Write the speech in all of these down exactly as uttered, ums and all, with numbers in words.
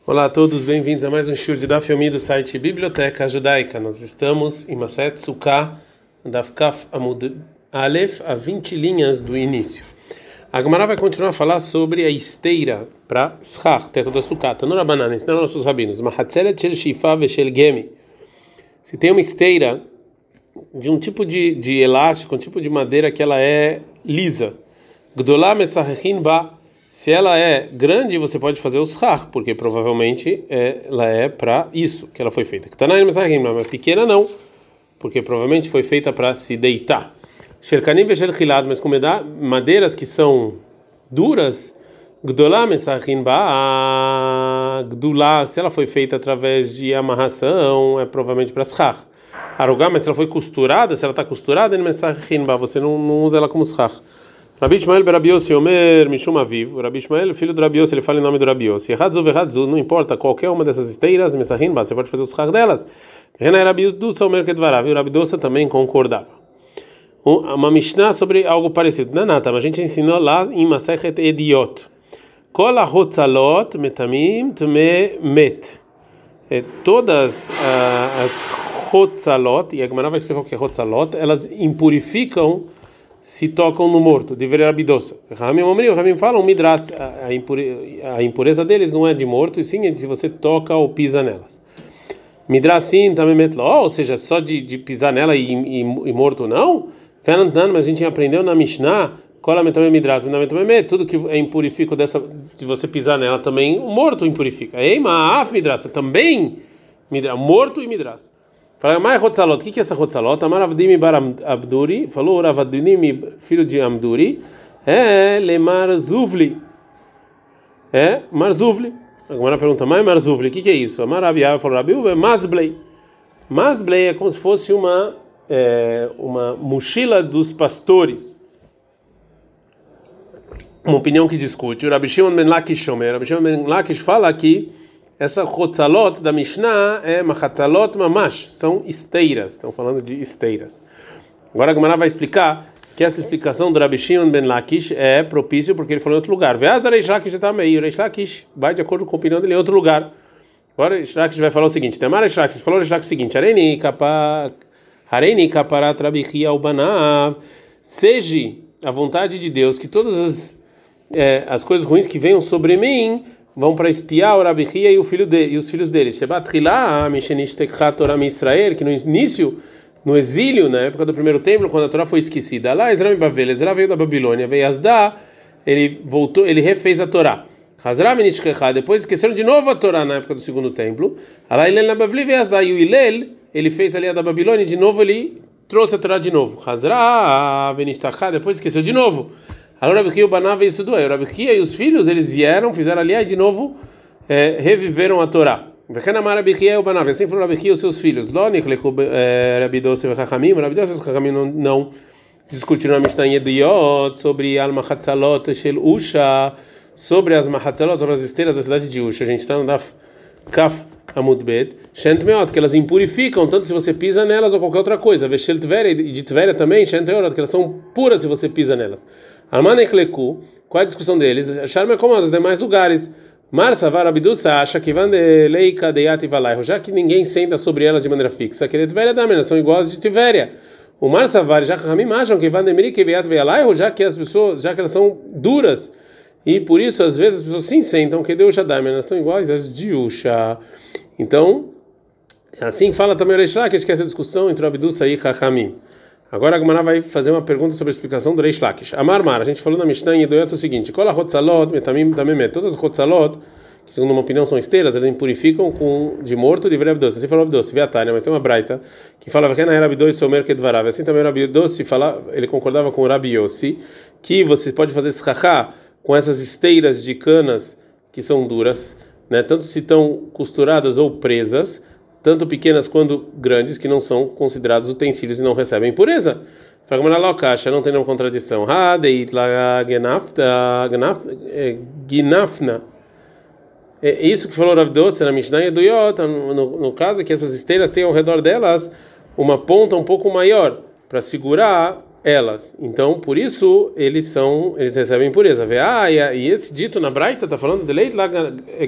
Olá a todos, bem-vindos a mais um shiur de Daf Yomi do site Biblioteca Judaica. Nós estamos em Maset Sukkah, Daf Kaf Amud Aleph, a vinte linhas do início. A Gemara vai continuar a falar sobre a esteira para Schach, teto da Sukkah. Tanura banana, ensinaram nossos rabinos. Mahatzeret shel shifa veshel gemi. Se tem uma esteira de um tipo de, de elástico, um tipo de madeira que ela é lisa. Gdolá mesachechin ba. Se ela é grande, você pode fazer o schach, porque provavelmente é, ela é para isso que ela foi feita. Ktanai mesachim, mas pequena não, porque provavelmente foi feita para se deitar. Sherkanim veshel chilad, mas com madeiras que são duras, gdolá mesachim ba, gdulá, se ela foi feita através de amarração, é provavelmente para schach. Arugá, mas se ela foi costurada, se ela está costurada, mesachim ba, você não, não usa ela como schach. Rabi Ishmael ben Rabi Yossi Omer Mishum Aviv. Rabi Ishmael, filho do Rabi Yossi, ele fala em nome do Rabi Yossi. Hadzu vehadzu, não importa qualquer uma dessas esteiras, mesachim ba, você pode fazer o schach delas. Rena Rabi Dusa Omer kedvarav, e o Rabi Dusa também concordava. Uma Mishnah sobre algo parecido. Nanata, mas a gente ensinou lá em Masechet Ediot. Kol hahotzalot metamim tme met. Todas uh, as hotzalot, e a Gemara vai explicar o que é hotzalot, elas impurificam se tocam no morto. Deveria Rabi Dosa. Ramim Omri, o Ramim fala, um midras, a, impure, a impureza deles não é de morto, e sim é de se você toca ou pisa nelas. Midrasim também metlo, ou seja, só de, de pisar nela e, e, e morto não? Fernando, mas a gente aprendeu na Mishnah, cola também midras, também tudo que é impurifico dessa de você pisar nela também, o morto impurifica. Ei, maaf midras, também midras, morto e midras. Fala, mais Hotzalot, o que é essa Hotzalot? Amar Avdimi bar Abduri, falou Ravadimi, filho de Amduri, é Lemar Zuvli, é Marzuvli. Agora pergunta, mais Marzuvli, o que é isso? Amar Abiá, falou Rabiú, é Masblei. Masblei é como se fosse uma, é, uma mochila dos pastores. Uma opinião que discute. O Rabi Shimon ben Lakish Omer, Rabi Shimon ben Lakish fala que essa Hotzalot da Mishnah é Machatzalot Mamash, são esteiras, estão falando de esteiras. Agora a Gemara vai explicar que essa explicação do Rabi Shimon ben Lakish é propício porque ele falou em outro lugar. Veaz da Reish Lakish está meio, Reish Lakish vai de acordo com a opinião dele em outro lugar. Agora Reish Lakish vai falar o seguinte, Temar Reish Lakish falou Reish Lakish o seguinte, Hareni kapa Hareni kaparat Rabi Chia ubanav, seja a vontade de Deus que todas as, é, as coisas ruins que venham sobre mim vão para espiar o Rabi Chia e, o filho de, e os filhos deles. Shebat Chilá, Mishenish Tekhat Torah Israel, que no início, no exílio, na época do primeiro templo, quando a Torá foi esquecida, lá Ezra Bavel, Ezra veio da Babilônia, veio Asdá, ele voltou, ele refez a Torá. Hazra Minish Tekhat, depois esqueceram de novo a Torá na época do segundo templo. Alá Ilel na Bavli veio Asdá, e o Ilel, ele fez ali a da Babilônia, e de novo ele trouxe a Torá de novo. Hazra Minish Tekhat, depois esqueceu de novo. Agora Rabi Chia o Banav veio isso do Rabi Chia e os filhos, eles vieram, fizeram ali e de novo é, reviveram a Torá. Rabi Chia o Banav, assim falou Rabi Chia e os seus filhos. Rabi Dosa e Chachamim, Rabi Dosa e os Chachamim não, não discutiram a Mishnah em Ediot sobre al Machatzalot shel Usha, sobre as Machatzalot, sobre as esteiras da cidade de Usha. A gente está no Daf Kaf Amud Bet, Shent Meot, que elas impurificam tanto se você pisa nelas ou qualquer outra coisa. Veshel Tveria e de Tveria também, Shent Meot, que elas são puras se você pisa nelas. Almanekleku, qual é a discussão deles? Acharam como os demais lugares. Marsa Varabidusa acha que van de leika deyat valai, já que ninguém senta sobre elas de maneira fixa. Que de Tveria da são iguais de Tveria. O Marsa Var já que acham que van de merik deyat valai, já que as pessoas, já que elas são duras e por isso às vezes as pessoas sim sentam que de Usha da são iguais às de Usha. Então, assim fala também o Reish Lakish que essa discussão entre Abidusa e Chachamim. Agora a Gemara vai fazer uma pergunta sobre a explicação do Reish Lakish. Amar Mar, a gente falou na Mishnah em Edoyot o seguinte: Kol hahotzalot metamim tamemet. Todas as hotzalot, que segundo uma opinião são esteiras, elas impurificam com de morto de Rabi Dosa. Assim falou Rabi Dosa, Viatania, mas tem uma braita que fala que na Rabi Dosa Somer kedvarav. Assim também Rabi Dosa fala, ele concordava com o Rabi Yossi que você pode fazer schachá com essas esteiras de canas que são duras, né? Tanto se estão costuradas ou presas, tanto pequenas quanto grandes, que não são considerados utensílios e não recebem pureza. Fragmanalokasha, não tem nenhuma contradição. Ginafna. É isso que falou Rav Dosa na Mishnah e do Yot, no caso que essas esteiras têm ao redor delas uma ponta um pouco maior para segurar elas. Então, por isso eles são, eles recebem impureza. Vê, ah, e, e esse dito na Braita está falando de leit lá,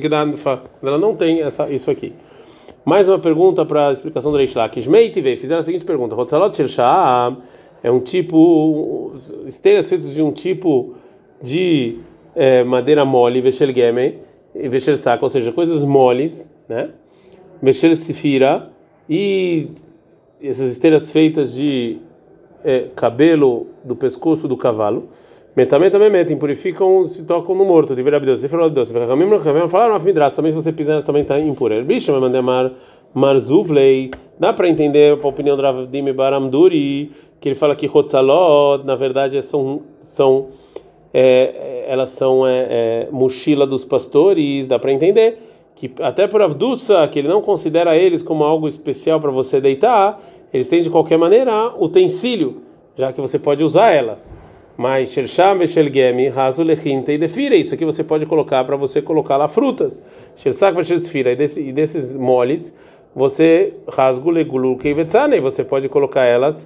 ela não tem essa, isso aqui. Mais uma pergunta para a explicação do Reish Lakish. Meitive, fizeram a seguinte pergunta: Hotzalot shel sha'am é um tipo, esteiras feitas de um tipo de é, madeira mole, veshel gemei, e veshel saco, ou seja, coisas moles, né? Veshel sifira, e essas esteiras feitas de é, cabelo do pescoço do cavalo, metamé também metem, purificam, se tocam no morto. De verdade, você falou doce. Falaram, afidras, também se você pisar também está impuro. Bicho, vai mandar mar marzuvlei. Dá para entender a opinião do Rav Dimi Baramduri, que ele fala que Hotzalot, na verdade, são são é, elas são é, é, mochila dos pastores. Dá para entender que até por Avdusa, que ele não considera eles como algo especial para você deitar, eles têm de qualquer maneira utensílio, já que você pode usar elas. Mas Shelsham Veshelgemi, Razu Lechinte e Defira, isso aqui você pode colocar para você colocar lá frutas. Shelsak Veshelsfira, e desses moles, você rasgo legulu keivetzane, você pode colocar elas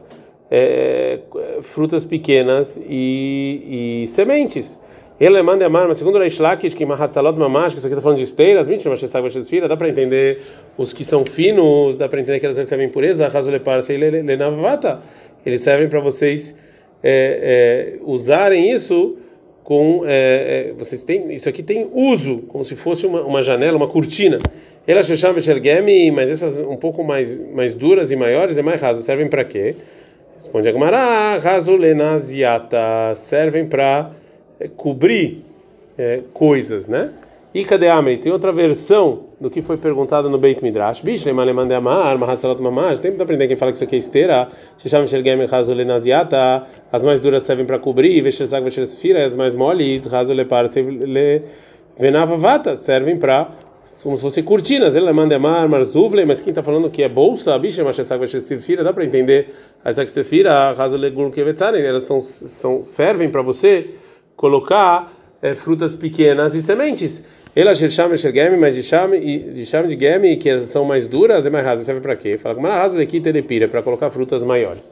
é, frutas pequenas e, e sementes. Ele manda amar, mas segundo o Reish Lakish, que Mahatzalot Mamash, que isso aqui está falando de esteiras, vinte, mas Shelsak Veshelsfira, dá para entender os que são finos, dá para entender que elas recebem pureza, Razu Leparse e Lenavata, eles servem para vocês É, é, usarem isso com é, é, vocês têm isso aqui tem uso como se fosse uma, uma janela, uma cortina. Ela chama Shelgemi, mas essas um pouco mais mais duras e maiores é mais rasas, servem para quê? Responde a Gemara, raso lenaziata, servem para é, cobrir é, coisas, né? E cadê a Amei? Tem outra versão do que foi perguntado no Beit Midrash. Bish, lemande amar, mahatzalot mamash. Tem que aprender quem fala que isso aqui é esteira. Shisham shelgem razo lenaziata. As mais duras servem para cobrir. Veshesag veshesfira. As mais moles, razo lepar le venava vata, servem para como se fossem cortinas. Ele lemande amar, marzuvle. Mas quem está falando que é bolsa? Bish, mashesag veshesfira. Dá para entender. As sefira, razo legul kevetzane. Elas são, são servem para você colocar é, frutas pequenas e sementes. Elas Shisham e Shelgemi, mas de chame de chame de gemi, que são mais duras, é mais rasas, serve para quê? Fala que uma rasa aqui telepira para colocar frutas maiores.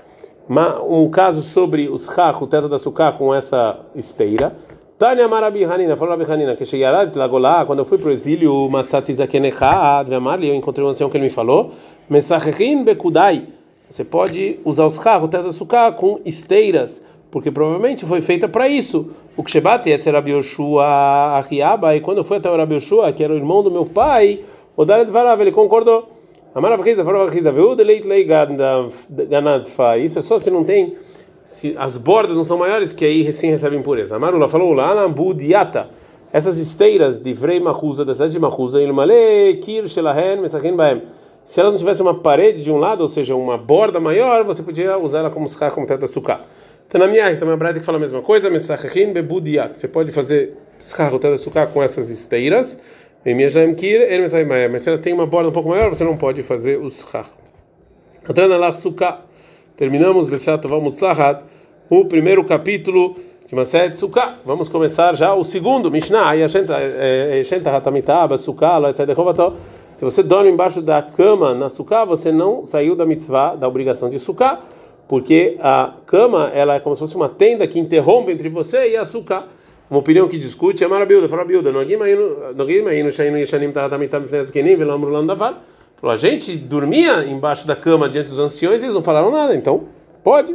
Um caso sobre os chach, o teto da sucá com essa esteira. Tânia Marabi Hanina, falou Rabi Hanina, que cheguei lá de Lagolá, quando eu fui para o exílio, Matzati Zakenecha, eu encontrei um ancião que ele me falou, Mensachechin Bekudai, você pode usar os chach, o teto da sucá com esteiras, porque provavelmente foi feita para isso. O Kshebati é Rabi Yoshua Ahiaba, e quando eu fui até o Rabi Yoshua, que era o irmão do meu pai, o Dalet Varav, ele concordou. Amarav Riza, Farav Riza, Veu de Leit Lei Ganadfa. Isso é só se não tem, se as bordas não são maiores, que aí sim recebe impureza. Amarula falou lá na Budiata, essas esteiras de Vrei Mahuza, da cidade de Mahuza, Ilmale Kir Shelahen Mesachin Baem. Se elas não tivessem uma parede de um lado, ou seja, uma borda maior, você podia usar ela como skar, como teto da sucá. Tanamiah, também a Braita que fala a mesma coisa, Mesachim bebudiak. Você pode fazer skar, o teto da sucá com essas esteiras. Mas se ela tem uma borda um pouco maior, você não pode fazer o skar. Terminamos o primeiro capítulo de Maset Sukkah. Vamos começar já o segundo Mishnah. Se você dorme embaixo da cama na Sukkah, você não saiu da mitzvah, da obrigação de Sukkah, porque a cama ela é como se fosse uma tenda que interrompe entre você e a Sukkah. Uma opinião que discute é marabilhosa, fala bilda, a gente dormia embaixo da cama diante dos anciões e eles não falaram nada, então pode.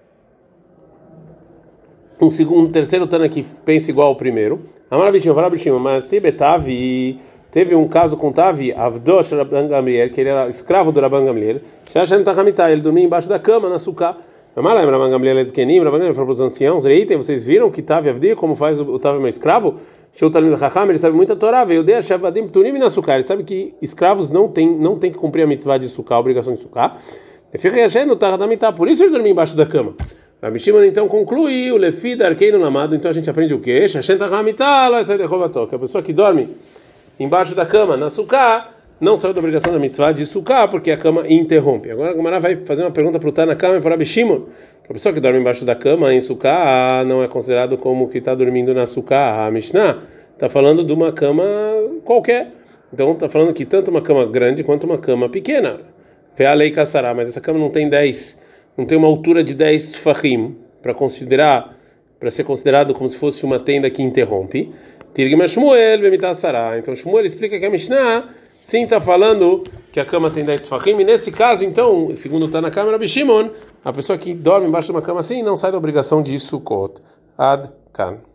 Um segundo, um terceiro Tana que pensa igual ao primeiro. Amarabishim, Amarabishim, mas se Betavi teve um caso com Tavi, Avdosh Rabban Gamliel, que ele era escravo do Rabban Gamliel, ele dormia embaixo da cama na Sukkah. Rabban Gamliel Ezkenim, Rabban Gamliel falou para os anciãos, eita, vocês viram que Tavi Avdi, como faz o Tavi meu escravo? Ele sabe muita Torá, veio de Shavadim Turim na Sukkah. Ele sabe que escravos não tem não tem que cumprir a mitzvah de Sukkah, a obrigação de Sukkah. Por isso ele dormia embaixo da cama. Rabi Shimon então conclui o Lefi da Arkeino Lamado. Então a gente aprende o quê? Que a pessoa que dorme embaixo da cama na Sukkah não saiu da obrigação da mitzvah de Sukkah, porque a cama interrompe. Agora a Gemara vai fazer uma pergunta para o Tanakama e para Rabi Shimon. A pessoa que dorme embaixo da cama em Sukkah não é considerado como que está dormindo na Sukkah. A Mishnah está falando de uma cama qualquer. Então está falando que tanto uma cama grande quanto uma cama pequena. Vê a lei caçará, mas essa cama não tem dez não tem uma altura de dez tfachim para considerar, para ser considerado como se fosse uma tenda que interrompe. Tirgma Shmuel b'mitassara. Então Shmuel explica que a Mishnah sim está falando que a cama tem dez tfachim, e nesse caso, então, segundo está na câmera Bishimon, a pessoa que dorme embaixo de uma cama assim não sai da obrigação de Sukkot. Ad kan.